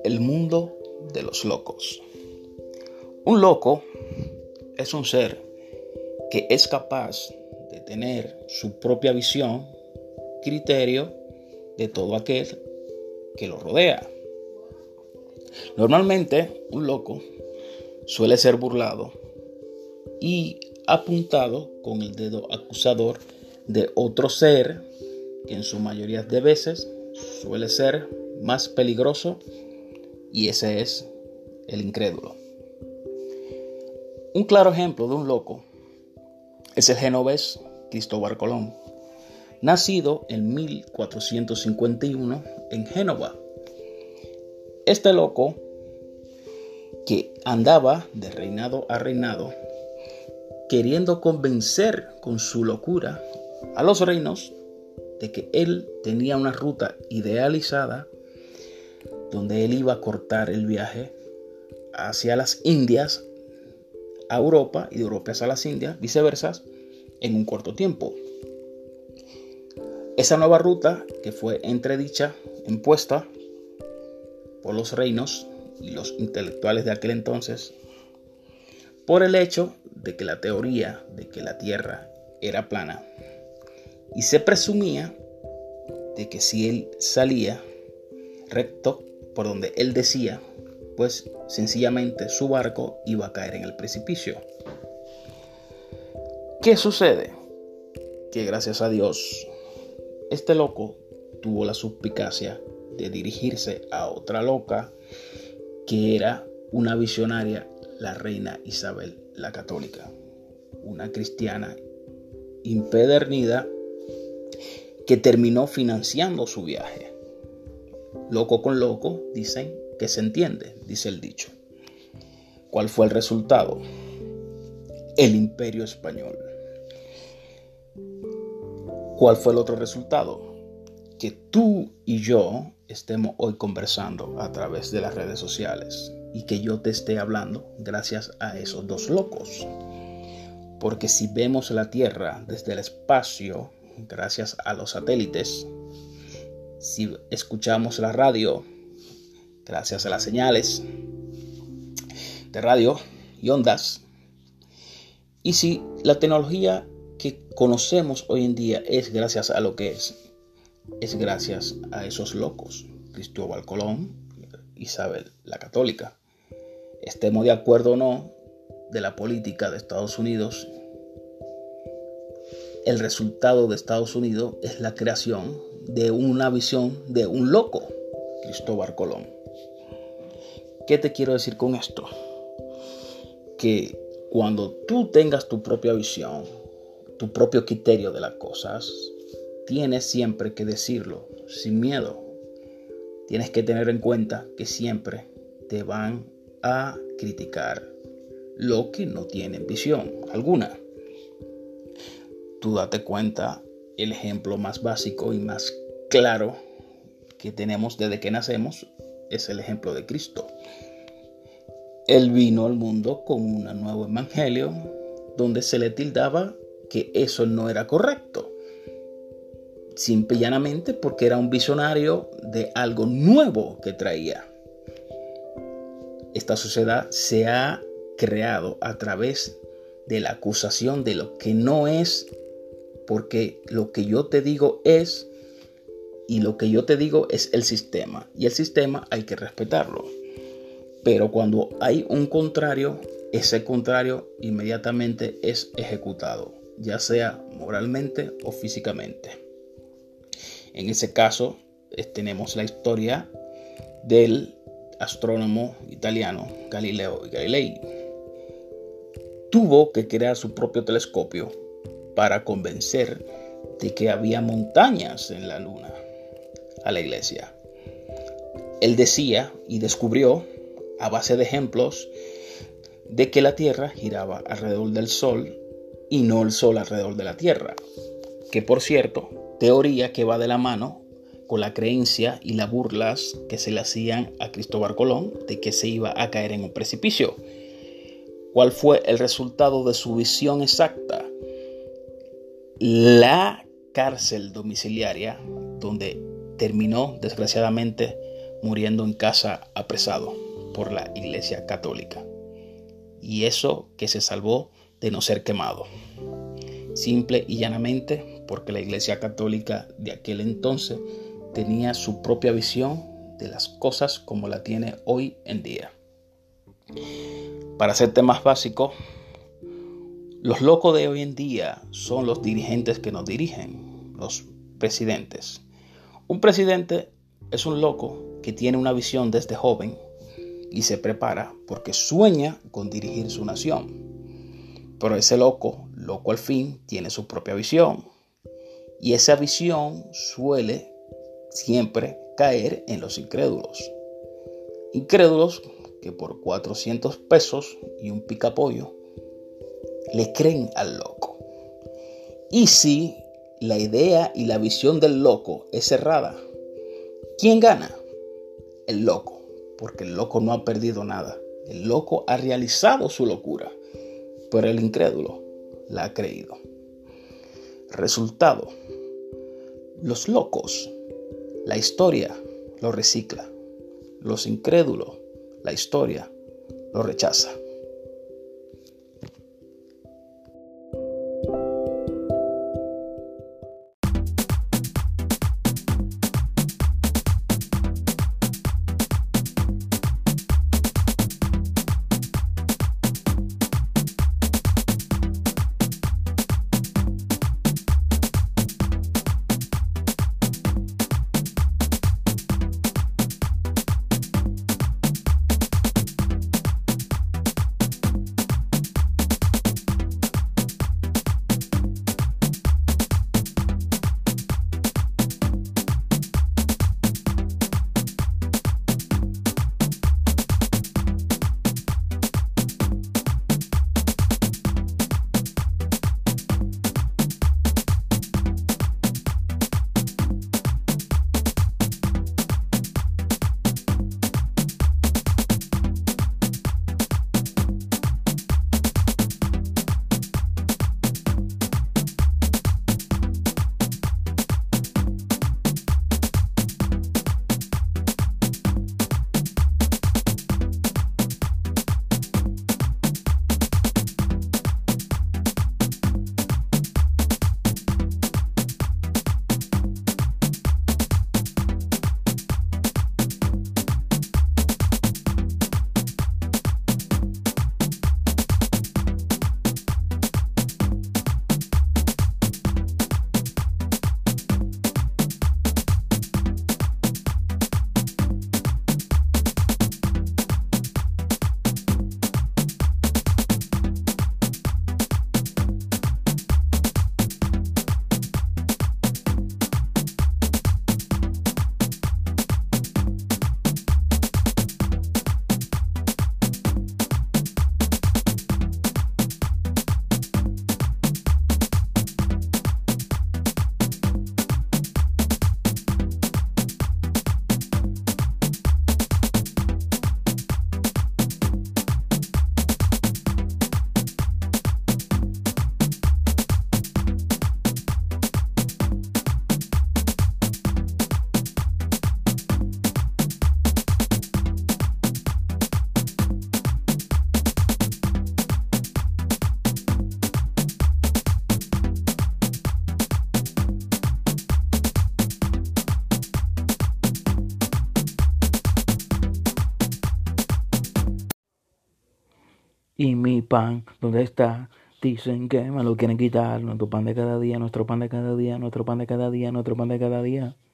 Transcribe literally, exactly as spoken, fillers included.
El mundo de los locos. Un loco es un ser que es capaz de tener su propia visión, criterio de todo aquel que lo rodea. Normalmente un loco suele ser burlado y apuntado con el dedo acusador de otro ser que en su mayoría de veces suele ser más peligroso, y ese es el incrédulo. Un claro ejemplo de un loco es el genovés Cristóbal Colón, nacido en mil cuatrocientos cincuenta y uno en Génova. Este loco, que andaba de reinado a reinado, queriendo convencer con su locura a los reinos de que él tenía una ruta idealizada donde él iba a cortar el viaje hacia las Indias, a Europa, y de Europa hacia las Indias, viceversa, en un corto tiempo. Esa nueva ruta, que fue entredicha, impuesta por los reinos y los intelectuales de aquel entonces, por el hecho de que la teoría de que la Tierra era plana, y se presumía de que si él salía recto por donde él decía, pues sencillamente su barco iba a caer en el precipicio. ¿Qué sucede? Que gracias a Dios, este loco tuvo la suspicacia de dirigirse a otra loca, que era una visionaria, la reina Isabel la Católica, una cristiana impedernida que terminó financiando su viaje. Loco con loco, dicen que se entiende, dice el dicho. ¿Cuál fue el resultado? El Imperio Español. ¿Cuál fue el otro resultado? Que tú y yo estemos hoy conversando a través de las redes sociales y que yo te esté hablando gracias a esos dos locos. Porque si vemos la Tierra desde el espacio, gracias a los satélites, si escuchamos la radio, gracias a las señales de radio y ondas, y si la tecnología que conocemos hoy en día es gracias a lo que es, es gracias a esos locos, Cristóbal Colón, Isabel la Católica. Estemos de acuerdo o no de la política de Estados Unidos, el resultado de Estados Unidos es la creación de una visión de un loco, Cristóbal Colón. ¿Qué te quiero decir con esto? Que cuando tú tengas tu propia visión, tu propio criterio de las cosas, tienes siempre que decirlo sin miedo. Tienes que tener en cuenta que siempre te van a criticar lo que no tienen visión alguna. Tú date cuenta, el ejemplo más básico y más claro que tenemos desde que nacemos es el ejemplo de Cristo. Él vino al mundo con un nuevo evangelio donde se le tildaba que eso no era correcto. Simple y llanamente porque era un visionario de algo nuevo que traía. Esta sociedad se ha creado a través de la acusación de lo que no es, porque lo que yo te digo es, y lo que yo te digo es el sistema, y el sistema hay que respetarlo. Pero cuando hay un contrario, ese contrario inmediatamente es ejecutado, ya sea moralmente o físicamente. En ese caso, tenemos la historia del astrónomo italiano Galileo Galilei. Tuvo que crear su propio telescopio para convencer de que había montañas en la luna a la iglesia. Él decía y descubrió, a base de ejemplos, de que la Tierra giraba alrededor del Sol y no el Sol alrededor de la Tierra. Que, por cierto, teoría que va de la mano con la creencia y las burlas que se le hacían a Cristóbal Colón de que se iba a caer en un precipicio. ¿Cuál fue el resultado de su visión exacta? La cárcel domiciliaria, donde terminó desgraciadamente muriendo en casa apresado por la Iglesia Católica. Y eso que se salvó de no ser quemado. Simple y llanamente porque la Iglesia Católica de aquel entonces tenía su propia visión de las cosas como la tiene hoy en día. Para hacerte más básico, los locos de hoy en día son los dirigentes que nos dirigen, los presidentes. Un presidente es un loco que tiene una visión desde joven y se prepara porque sueña con dirigir su nación. Pero ese loco, loco al fin, tiene su propia visión. Y esa visión suele siempre caer en los incrédulos. Incrédulos que por cuatrocientos pesos y un picapollo le creen al loco. Y si la idea y la visión del loco es errada, ¿quién gana? El loco, porque el loco no ha perdido nada. El loco ha realizado su locura, pero el incrédulo la ha creído. Resultado: los locos, la historia lo recicla. Los incrédulos, la historia lo rechaza. Y mi pan, ¿dónde está? Dicen que me lo quieren quitar. Nuestro pan de cada día, nuestro pan de cada día, nuestro pan de cada día, nuestro pan de cada día.